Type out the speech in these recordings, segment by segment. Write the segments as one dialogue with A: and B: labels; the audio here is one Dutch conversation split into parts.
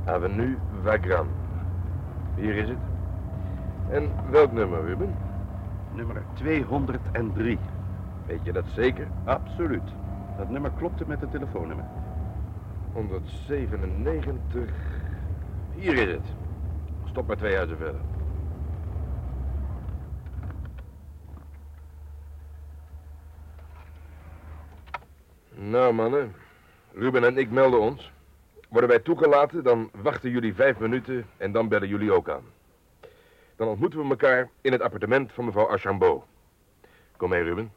A: Avenue Wagram. Hier is het. En welk nummer, Ruben?
B: Nummer 203.
A: Weet je dat zeker?
B: Absoluut. Dat nummer klopte met het telefoonnummer.
A: 197. Hier is het. Stop maar 2 huizen verder. Nou, mannen. Ruben en ik melden ons. Worden wij toegelaten, dan wachten jullie 5 minuten en dan bellen jullie ook aan. Dan ontmoeten we elkaar in het appartement van mevrouw Archambault. Kom mee, Ruben.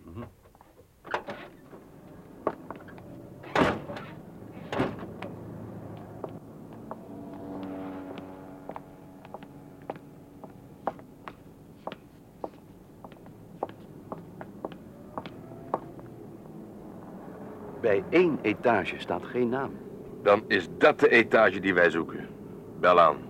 B: Bij 1 etage staat geen naam.
A: Dan is dat de etage die wij zoeken. Bel aan.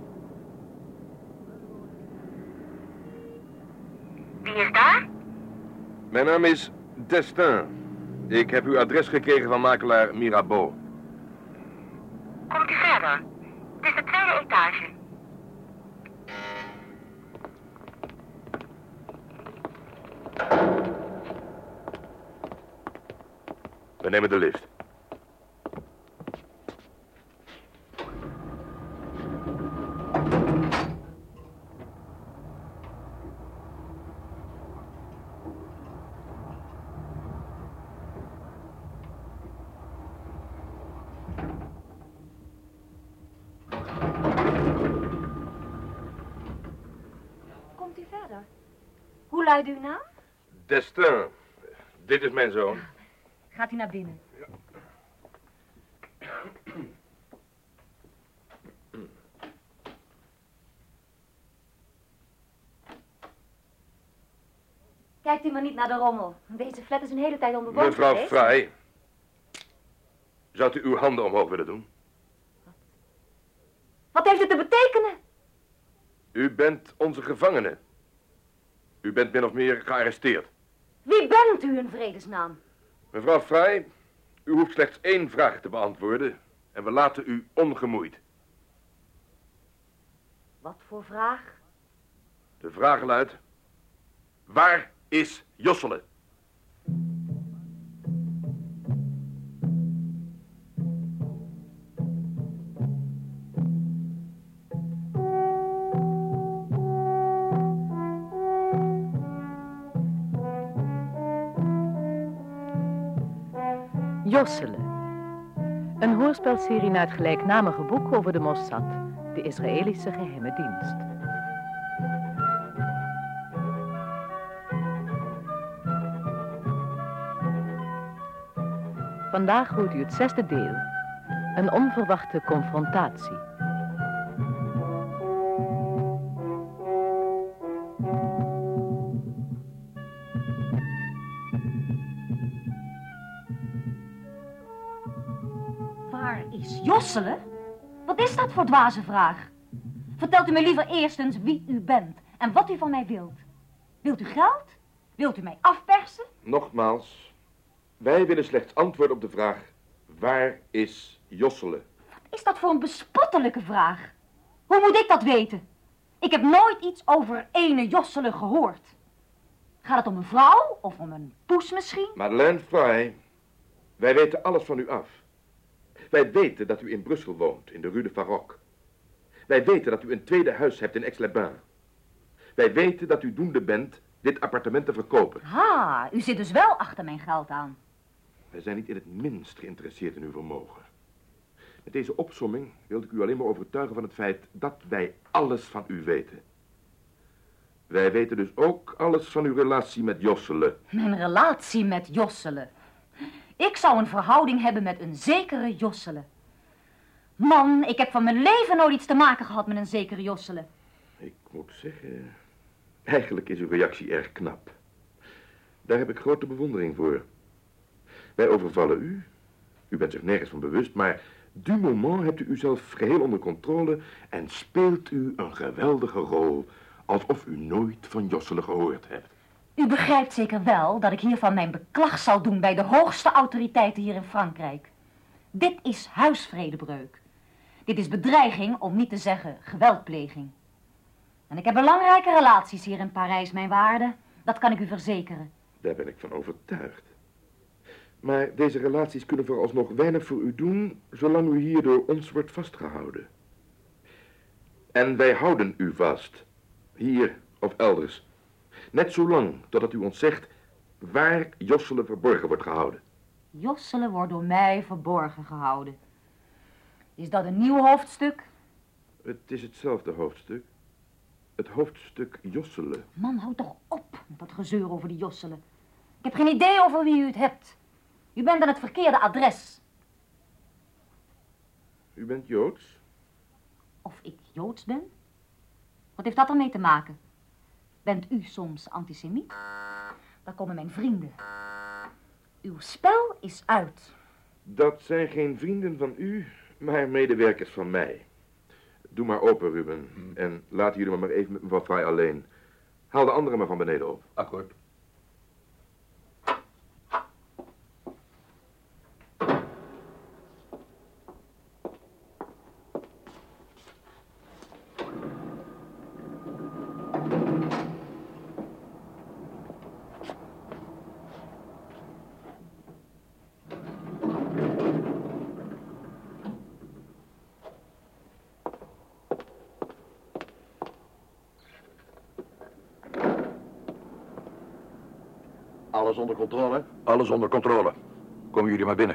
C: Wie is daar?
A: Mijn naam is Destin. Ik heb uw adres gekregen van makelaar Mirabeau.
C: Komt u verder. Het is de 2e etage.
A: We nemen de lift.
D: Komt u verder? Hoe luidt uw naam?
A: Destin. Dit is mijn zoon.
D: Gaat u naar binnen. Kijkt u maar niet naar de rommel. Deze flat is een hele tijd onbewoond
A: Mevrouw
D: geweest.
A: Frey. Zou u uw handen omhoog willen doen?
D: Wat heeft het te betekenen?
A: U bent onze gevangene. U bent min of meer gearresteerd.
D: Wie bent u in vredesnaam?
A: Mevrouw Frey, u hoeft slechts 1 vraag te beantwoorden en we laten u ongemoeid.
D: Wat voor vraag?
A: De vraag luidt: waar is Jossele?
E: Jossele. Een hoorspelserie naar het gelijknamige boek over de Mossad, de Israëlische geheime dienst. Vandaag hoort u het 6e deel. Een onverwachte confrontatie.
D: Waar is Jossele? Wat is dat voor dwaze vraag? Vertelt u me liever eerst eens wie u bent en wat u van mij wilt. Wilt u geld? Wilt u mij afpersen?
A: Nogmaals, wij willen slechts antwoord op de vraag: waar is Jossele?
D: Wat is dat voor een bespottelijke vraag? Hoe moet ik dat weten? Ik heb nooit iets over ene Jossele gehoord. Gaat het om een vrouw of om een poes misschien?
A: Madeleine Frey, wij weten alles van u af. Wij weten dat u in Brussel woont, in de Rue de Faroc. Wij weten dat u een tweede huis hebt in Aix-les-Bains. Wij weten dat u doende bent dit appartement te verkopen.
D: Ha, u zit dus wel achter mijn geld aan.
A: Wij zijn niet in het minst geïnteresseerd in uw vermogen. Met deze opsomming wilde ik u alleen maar overtuigen van het feit dat wij alles van u weten. Wij weten dus ook alles van uw relatie met Jossele.
D: Mijn relatie met Jossele. Ik zou een verhouding hebben met een zekere Jossele. Man, ik heb van mijn leven nooit iets te maken gehad met een zekere Jossele.
A: Ik moet zeggen, eigenlijk is uw reactie erg knap. Daar heb ik grote bewondering voor. Wij overvallen u. U bent zich nergens van bewust, maar du moment hebt u uzelf geheel onder controle en speelt u een geweldige rol, alsof u nooit van Jossele gehoord hebt.
D: U begrijpt zeker wel dat ik hiervan mijn beklag zal doen bij de hoogste autoriteiten hier in Frankrijk. Dit is huisvredebreuk. Dit is bedreiging, om niet te zeggen geweldpleging. En ik heb belangrijke relaties hier in Parijs, mijn waarde. Dat kan ik u verzekeren.
A: Daar ben ik van overtuigd. Maar deze relaties kunnen vooralsnog weinig voor u doen, zolang u hier door ons wordt vastgehouden. En wij houden u vast. Hier of elders. Net zolang totdat u ons zegt waar Jossele verborgen wordt gehouden.
D: Jossele wordt door mij verborgen gehouden. Is dat een nieuw hoofdstuk?
A: Het is hetzelfde hoofdstuk. Het hoofdstuk Jossele.
D: Man, houd toch op met dat gezeur over die Jossele. Ik heb geen idee over wie u het hebt. U bent aan het verkeerde adres.
A: U bent Joods?
D: Of ik Joods ben? Wat heeft dat ermee te maken? Bent u soms antisemiet? Daar komen mijn vrienden. Uw spel is uit.
A: Dat zijn geen vrienden van u, maar medewerkers van mij. Doe maar open, Ruben. En laat jullie maar even met mevrouw Frey alleen. Haal de anderen maar van beneden op.
B: Akkoord.
F: Alles onder controle?
B: Alles onder controle. Komen jullie maar binnen.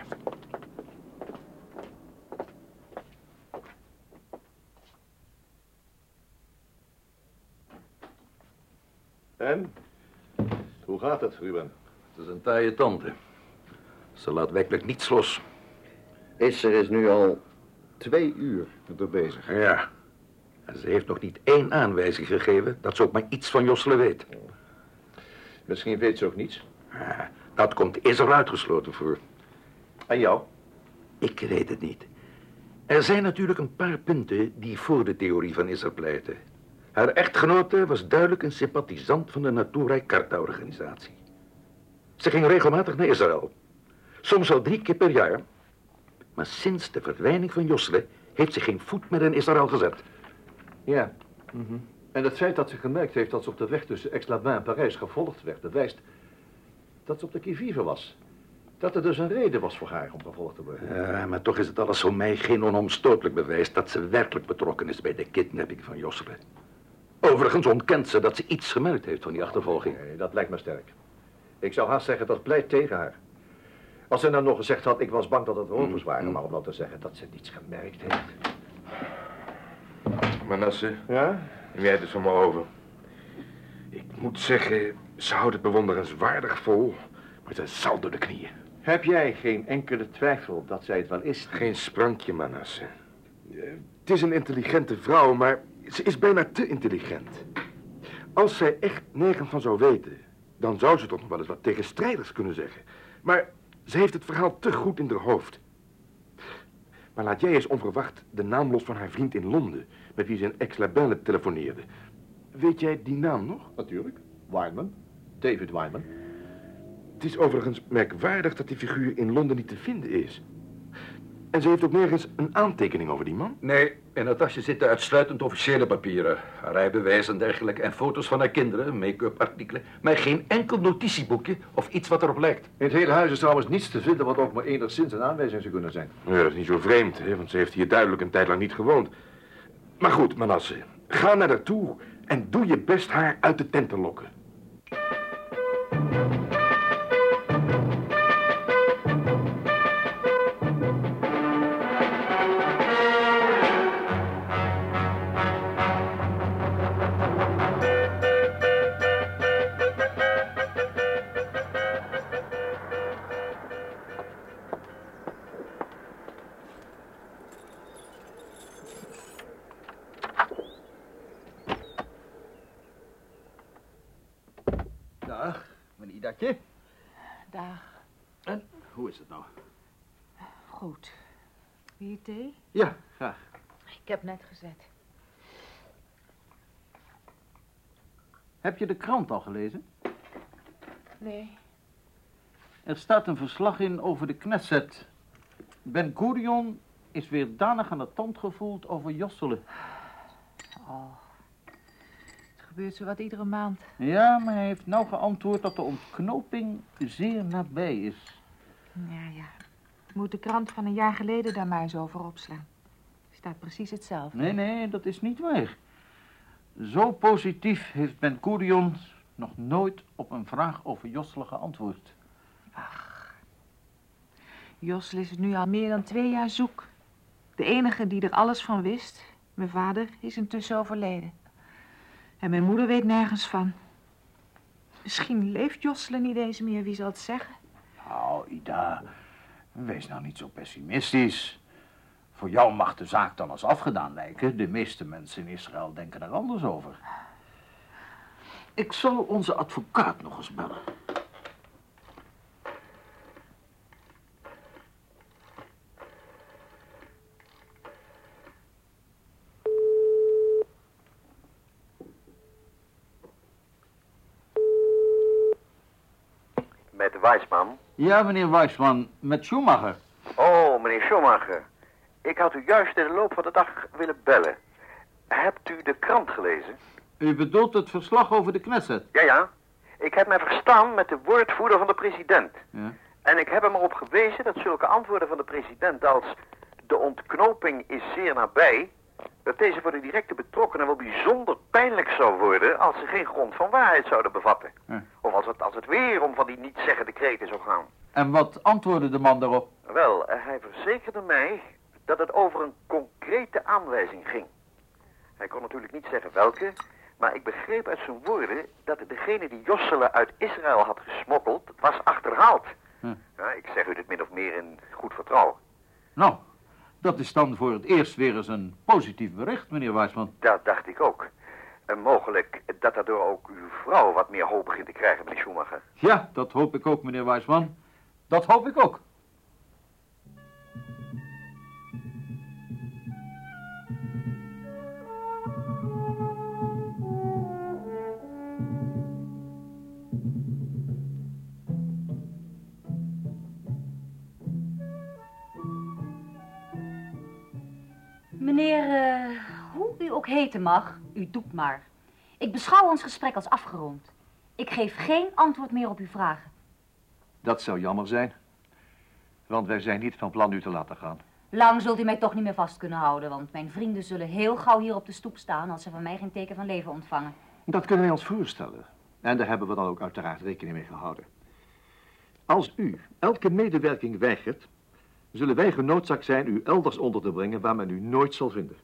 F: En? Hoe gaat het, Ruben?
B: Het is een taaie tante. Ze laat werkelijk niets los.
F: Isser is nu al 2 uur ermee bezig.
B: Ja. En ze heeft nog niet één aanwijzing gegeven dat ze ook maar iets van Jossele weet.
F: Misschien weet ze ook niets.
B: Ja, dat komt Isser uitgesloten voor.
F: En jou?
B: Ik weet het niet. Er zijn natuurlijk een paar punten die voor de theorie van Isser pleiten. Haar echtgenote was duidelijk een sympathisant van de Natura Carta-organisatie. Ze ging regelmatig naar Israël. Soms al 3 keer per jaar. Maar sinds de verdwijning van Jossele heeft ze geen voet meer in Israël gezet.
F: Ja. En het feit dat ze gemerkt heeft dat ze op de weg tussen Aix-les-Bains en Parijs gevolgd werd, bewijst dat ze op de qui-vive was. Dat er dus een reden was voor haar om gevolgd te worden.
B: Ja, maar toch is het alles voor mij geen onomstotelijk bewijs dat ze werkelijk betrokken is bij de kidnapping van Jossele. Overigens ontkent ze dat ze iets gemerkt heeft van die achtervolging.
F: Nee, dat lijkt me sterk. Ik zou haast zeggen dat pleit tegen haar. Als ze nou nog gezegd had, ik was bang dat het rovers waren, maar om dan te zeggen dat ze niets gemerkt heeft.
A: Manasse,
F: Ja?
A: neem jij het eens van me over. Ik moet zeggen, ze houdt het bewonderenswaardig vol, maar ze zalt door de knieën.
F: Heb jij geen enkele twijfel dat zij het wel is?
A: Geen sprankje, Manasse. Het is een intelligente vrouw, maar ze is bijna te intelligent. Als zij echt nergens van zou weten, dan zou ze toch nog wel eens wat tegenstrijders kunnen zeggen. Maar ze heeft het verhaal te goed in haar hoofd. Maar laat jij eens onverwacht de naam los van haar vriend in Londen, met wie ze in Aix-les-Bains telefoneerde. Weet jij die naam nog?
F: Natuurlijk. Wineman. David Wineman.
A: Het is overigens merkwaardig dat die figuur in Londen niet te vinden is. En ze heeft ook nergens een aantekening over die man.
B: Nee, in haar tasje zitten uitsluitend officiële papieren. Haar rijbewijs en dergelijke en foto's van haar kinderen, make-up artikelen. Maar geen enkel notitieboekje of iets wat erop lijkt.
F: In het hele huis is trouwens niets te vinden wat ook maar enigszins een aanwijzing zou kunnen zijn.
A: Ja, dat is niet zo vreemd, hè, want ze heeft hier duidelijk een tijd lang niet gewoond. Maar goed, Manasse, ga naar haar toe en doe je best haar uit de tent te lokken.
F: Dag, meneer Idatje.
E: Dag.
F: En hoe is het nou?
E: Goed. Wil je thee?
F: Ja, graag.
E: Ik heb net gezet.
G: Heb je de krant al gelezen?
E: Nee.
G: Er staat een verslag in over de Knesset. Ben Gurion is weer danig aan de tand gevoeld over Josselen.
H: Oh, het gebeurt zowat iedere maand.
G: Ja, maar hij heeft nou geantwoord dat de ontknoping zeer nabij is.
H: Ja. Moet de krant van een jaar geleden daar maar eens over opslaan. Staat precies hetzelfde.
G: Nee, dat is niet waar. Zo positief heeft Ben Gurion nog nooit op een vraag over Josselen geantwoord.
H: Josselen is nu al meer dan 2 jaar zoek. De enige die er alles van wist, mijn vader, is intussen overleden. En mijn moeder weet nergens van. Misschien leeft Josselen niet eens meer, wie zal het zeggen?
G: Nou, Ida, wees nou niet zo pessimistisch. Voor jou mag de zaak dan als afgedaan lijken. De meeste mensen in Israël denken er anders over. Ik zal onze advocaat nog eens bellen.
I: Met Weisman.
G: Ja, meneer Weisman, met Schumacher.
I: Oh, meneer Schumacher. Ik had u juist in de loop van de dag willen bellen. Hebt u de krant gelezen?
G: U bedoelt het verslag over de Knesset?
I: Ja. Ik heb mij verstaan met de woordvoerder van de president.
G: Ja.
I: En ik heb hem erop gewezen dat zulke antwoorden van de president als... de ontknoping is zeer nabij... dat deze voor de directe betrokkenen wel bijzonder pijnlijk zou worden... als ze geen grond van waarheid zouden bevatten.
G: Ja.
I: Of als het weer om van die niet-zeggende kreten zou gaan.
G: En wat antwoordde de man daarop?
I: Wel, hij verzekerde mij dat het over een concrete aanwijzing ging. Hij kon natuurlijk niet zeggen welke, maar ik begreep uit zijn woorden dat degene die Josselen uit Israël had gesmokkeld, was achterhaald. Ja, ik zeg u dit min of meer in goed vertrouwen.
G: Nou, dat is dan voor het eerst weer eens een positief bericht, meneer Weisman.
I: Dat dacht ik ook. En mogelijk dat daardoor ook uw vrouw wat meer hoop begint te krijgen, meneer Schumacher.
G: Ja, dat hoop ik ook, meneer Weisman. Dat hoop ik ook.
D: Meneer, hoe u ook heten mag, u doet maar. Ik beschouw ons gesprek als afgerond. Ik geef geen antwoord meer op uw vragen.
F: Dat zou jammer zijn. Want wij zijn niet van plan u te laten gaan.
D: Lang zult u mij toch niet meer vast kunnen houden, want mijn vrienden zullen heel gauw hier op de stoep staan als ze van mij geen teken van leven ontvangen.
F: Dat kunnen wij ons voorstellen. En daar hebben we dan ook uiteraard rekening mee gehouden. Als u elke medewerking weigert, zullen wij genoodzaakt zijn u elders onder te brengen waar men u nooit zal vinden.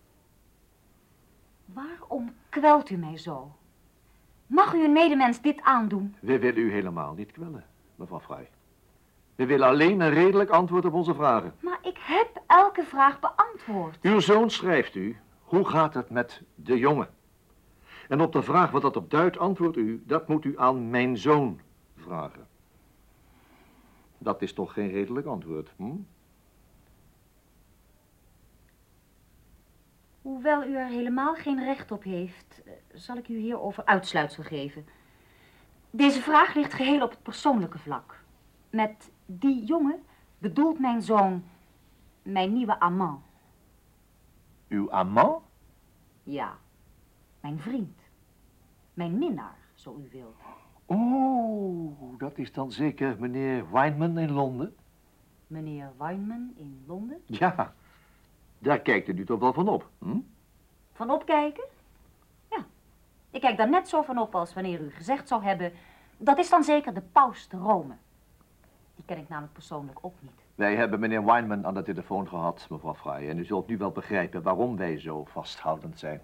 D: Waarom kwelt u mij zo? Mag u een medemens dit aandoen?
F: We willen u helemaal niet kwellen, mevrouw Frey. We willen alleen een redelijk antwoord op onze vragen.
D: Maar ik heb elke vraag beantwoord.
F: Uw zoon schrijft u, hoe gaat het met de jongen? En op de vraag wat dat op duidt, antwoordt u, dat moet u aan mijn zoon vragen. Dat is toch geen redelijk antwoord, hm?
D: Hoewel u er helemaal geen recht op heeft, zal ik u hierover uitsluitsel geven. Deze vraag ligt geheel op het persoonlijke vlak. Met die jongen bedoelt mijn zoon mijn nieuwe amant.
F: Uw amant?
D: Ja, mijn vriend. Mijn minnaar, zo u wilt.
F: Oh, dat is dan zeker meneer Weinman in Londen?
D: Meneer Weinman in Londen?
F: Ja, daar kijkt u nu toch wel van op, hm?
D: Van opkijken? Ja, ik kijk daar net zo van op als wanneer u gezegd zou hebben... dat is dan zeker de paus te Rome. Die ken ik namelijk persoonlijk ook niet.
F: Wij hebben meneer Weinman aan de telefoon gehad, mevrouw Frey. En u zult nu wel begrijpen waarom wij zo vasthoudend zijn.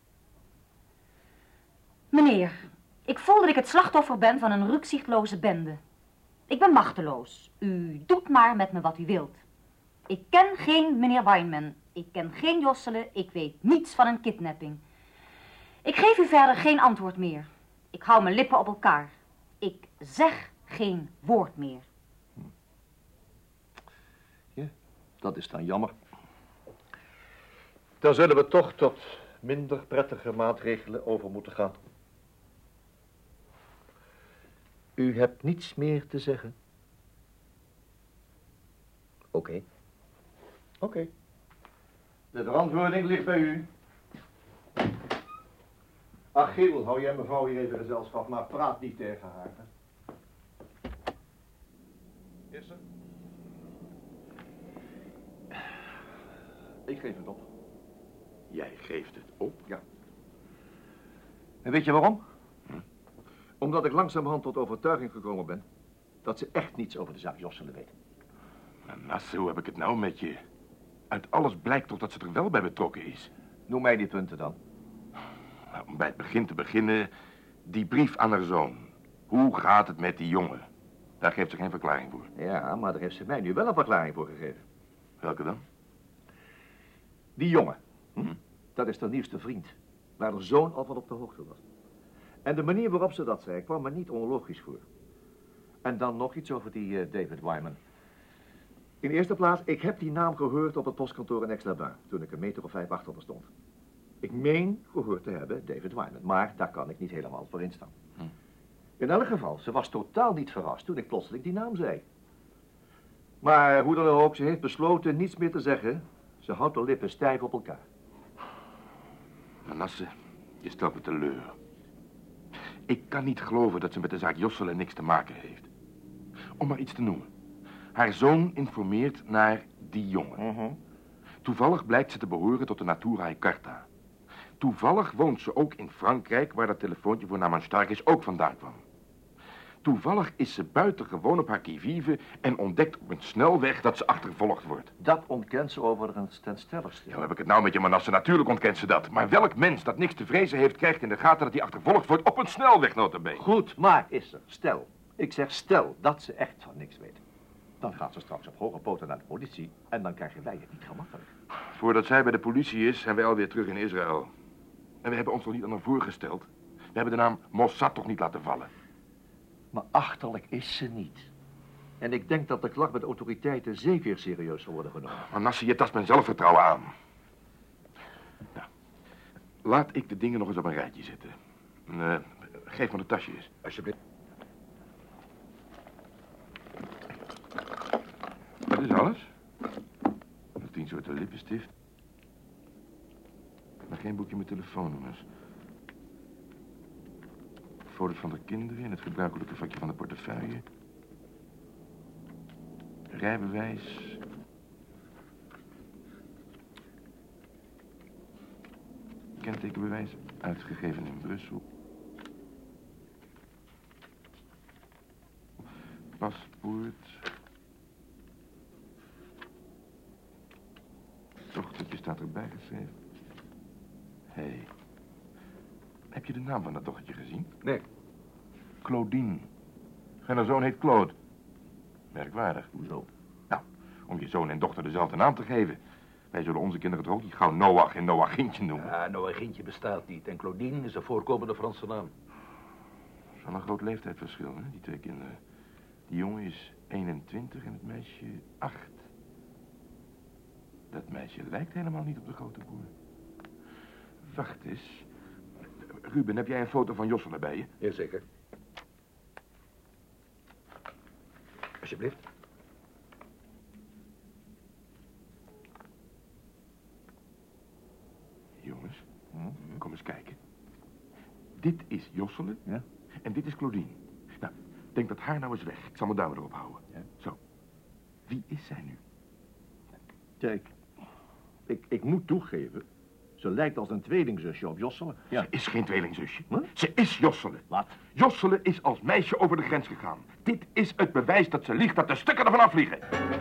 D: Meneer, ik voel dat ik het slachtoffer ben van een rukzichtloze bende. Ik ben machteloos. U doet maar met me wat u wilt. Ik ken geen meneer Weinman. Ik ken geen Josselen. Ik weet niets van een kidnapping. Ik geef u verder geen antwoord meer. Ik hou mijn lippen op elkaar. Ik zeg geen woord meer.
F: Ja, dat is dan jammer. Dan zullen we toch tot minder prettige maatregelen over moeten gaan. U hebt niets meer te zeggen? Oké. Oké. De verantwoording ligt bij u. Achille, hou jij mevrouw hier even gezelschap, maar praat niet tegen haar. Hè? Is er? Ik geef het op.
A: Jij geeft het op?
F: Ja. En weet je waarom? Omdat ik langzamerhand tot overtuiging gekomen ben dat ze echt niets over de zaak Josselen weet.
A: Manasse, hoe heb ik het nou met je? Uit alles blijkt toch dat ze er wel bij betrokken is.
F: Noem mij die punten dan.
A: Nou, om bij het begin te beginnen, die brief aan haar zoon. Hoe gaat het met die jongen? Daar geeft ze geen verklaring voor.
F: Ja, maar daar heeft ze mij nu wel een verklaring voor gegeven.
A: Welke dan?
F: Die jongen, dat is haar nieuwste vriend, waar haar zoon al van op de hoogte was. En de manier waarop ze dat zei, kwam me niet onlogisch voor. En dan nog iets over die David Wyman. In de eerste plaats, ik heb die naam gehoord op het postkantoor in Aix-les-Bains, toen ik een meter of 5 achter me stond. Ik meen gehoord te hebben David Wyman, maar daar kan ik niet helemaal voor instaan. In elk geval, ze was totaal niet verrast toen ik plotseling die naam zei. Maar hoe dan ook, ze heeft besloten niets meer te zeggen. Ze houdt haar lippen stijf op elkaar.
A: Manasse, je stelt me teleur. Ik kan niet geloven dat ze met de zaak Josselen niks te maken heeft. Om maar iets te noemen. Haar zoon informeert naar die jongen. Toevallig blijkt ze te behoren tot de Naturae Carta. Toevallig woont ze ook in Frankrijk, waar dat telefoontje voor Naman Starkis ook vandaan kwam. Toevallig is ze buitengewoon op haar qui-vive en ontdekt op een snelweg dat ze achtervolgd wordt.
F: Dat ontkent ze overigens ten stelligste.
A: Ja, hoe heb ik het nou met je, Manasse? Natuurlijk ontkent ze dat. Maar welk mens dat niks te vrezen heeft, krijgt in de gaten dat hij achtervolgd wordt op een snelweg, nota bene.
F: Goed, maar is er. Stel, ik zeg stel dat ze echt van niks weet. Dan gaat ze straks op hoge poten naar de politie en dan krijgen wij het niet gemakkelijk.
A: Voordat zij bij de politie is, zijn wij alweer terug in Israël. En we hebben ons nog niet aan haar voorgesteld. We hebben de naam Mossad toch niet laten vallen.
F: Maar achterlijk is ze niet. En ik denk dat de klacht bij de autoriteiten zeker serieus zal worden genomen.
A: Manasse, je tast mijn zelfvertrouwen aan. Nou, laat ik de dingen nog eens op een rijtje zetten. Geef me de tasje eens.
B: Alsjeblieft.
A: Dat is alles. Nog 10 soorten lippenstift. Maar geen boekje met telefoonnummers. Foto's van de kinderen in het gebruikelijke vakje van de portefeuille. Rijbewijs. Kentekenbewijs, uitgegeven in Brussel. Paspoort. Dochtertje staat erbij geschreven. Hé. Heb je de naam van dat dochtertje gezien?
F: Nee.
A: Claudine. En haar zoon heet Claude. Merkwaardig.
F: Hoezo?
A: Nou, om je zoon en dochter dezelfde naam te geven. Wij zullen onze kinderen toch ook niet gauw Noach en Noachintje noemen.
B: Ja, Noachintje bestaat niet. En Claudine is een voorkomende Franse naam.
A: Dat is wel een groot leeftijdsverschil, hè, die twee kinderen. Die jongen is 21 en het meisje 8. Dat meisje lijkt helemaal niet op de grote broer. Wacht eens. Ruben, heb jij een foto van Josselen bij je?
B: Jazeker. Alsjeblieft.
A: Jongens, kom eens kijken. Dit is Josselen,
F: Ja?
A: en dit is Claudine. Nou, denk dat haar nou eens weg. Ik zal mijn duim erop houden.
F: Ja.
A: Zo. Wie is zij nu?
F: Kijk, ik moet toegeven, ze lijkt als een tweelingzusje op Josselen. Ja.
A: Ze is geen tweelingzusje.
F: Huh?
A: Ze is Josselen.
F: Wat?
A: Josselen is als meisje over de grens gegaan. Dit is het bewijs dat ze liegt, dat de stukken ervan afvliegen.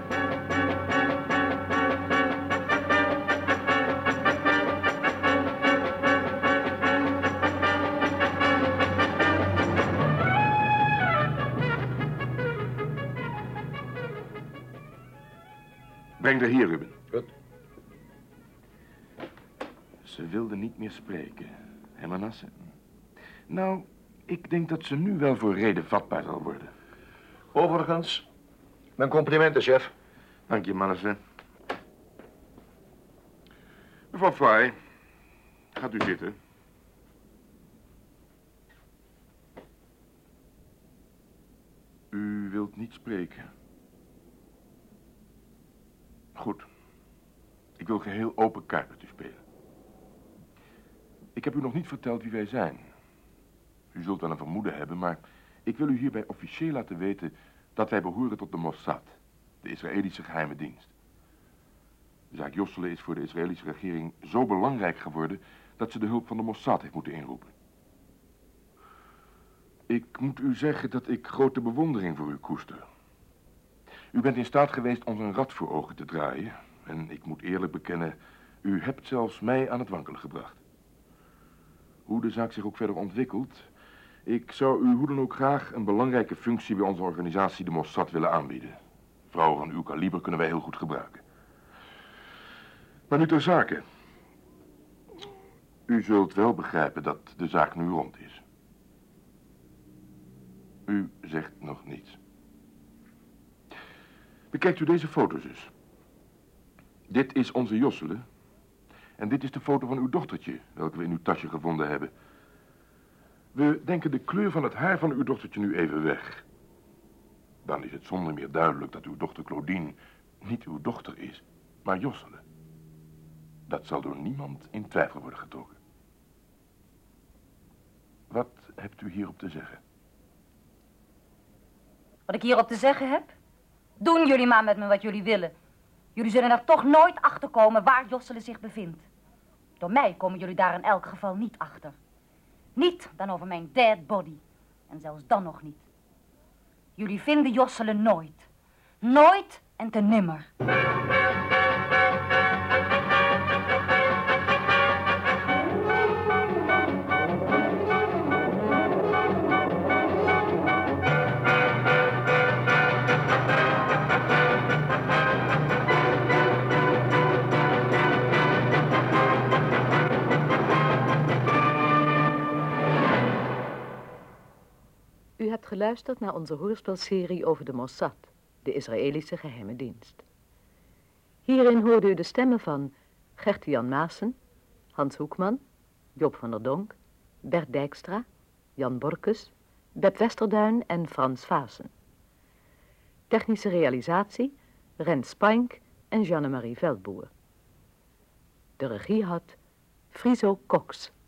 A: Breng haar hier, Ruben.
B: Goed.
A: Ze wilde niet meer spreken. Hè, Manasse? Nou, ik denk dat ze nu wel voor reden vatbaar zal worden.
F: Overigens, mijn complimenten, chef.
A: Dank je, Manasse. Mevrouw Fry, gaat u zitten. U wilt niet spreken. Goed. Ik wil geheel open kaart met u spelen. Ik heb u nog niet verteld wie wij zijn. U zult wel een vermoeden hebben, maar ik wil u hierbij officieel laten weten dat wij behoren tot de Mossad, de Israëlische geheime dienst. De zaak Josselen is voor de Israëlische regering zo belangrijk geworden dat ze de hulp van de Mossad heeft moeten inroepen. Ik moet u zeggen dat ik grote bewondering voor u koester. U bent in staat geweest ons een rad voor ogen te draaien. En ik moet eerlijk bekennen, u hebt zelfs mij aan het wankelen gebracht. Hoe de zaak zich ook verder ontwikkelt, ik zou u hoe dan ook graag een belangrijke functie bij onze organisatie, de Mossad, willen aanbieden. Vrouwen van uw kaliber kunnen wij heel goed gebruiken. Maar nu ter zake. U zult wel begrijpen dat de zaak nu rond is. U zegt nog niets. Bekijkt u deze foto's eens. Dit is onze Josselen. En dit is de foto van uw dochtertje, welke we in uw tasje gevonden hebben. We denken de kleur van het haar van uw dochtertje nu even weg. Dan is het zonder meer duidelijk dat uw dochter Claudine niet uw dochter is, maar Josselen. Dat zal door niemand in twijfel worden getrokken. Wat hebt u hierop te zeggen?
D: Wat ik hierop te zeggen heb? Doen jullie maar met me wat jullie willen. Jullie zullen er toch nooit achter komen waar Josselen zich bevindt. Door mij komen jullie daar in elk geval niet achter. Niet dan over mijn dead body. En zelfs dan nog niet. Jullie vinden Josselen nooit. Nooit en te nimmer.
E: U hebt geluisterd naar onze hoorspelserie over de Mossad, de Israëlische geheime dienst. Hierin hoorde u de stemmen van Gert-Jan Maassen, Hans Hoekman, Joop van der Donk, Bert Dijkstra, Jan Borkus, Beb Westerduin en Frans Vaassen. Technische realisatie, Rens Spink en Jeanne-Marie Veldboer. De regie had Friso Cox.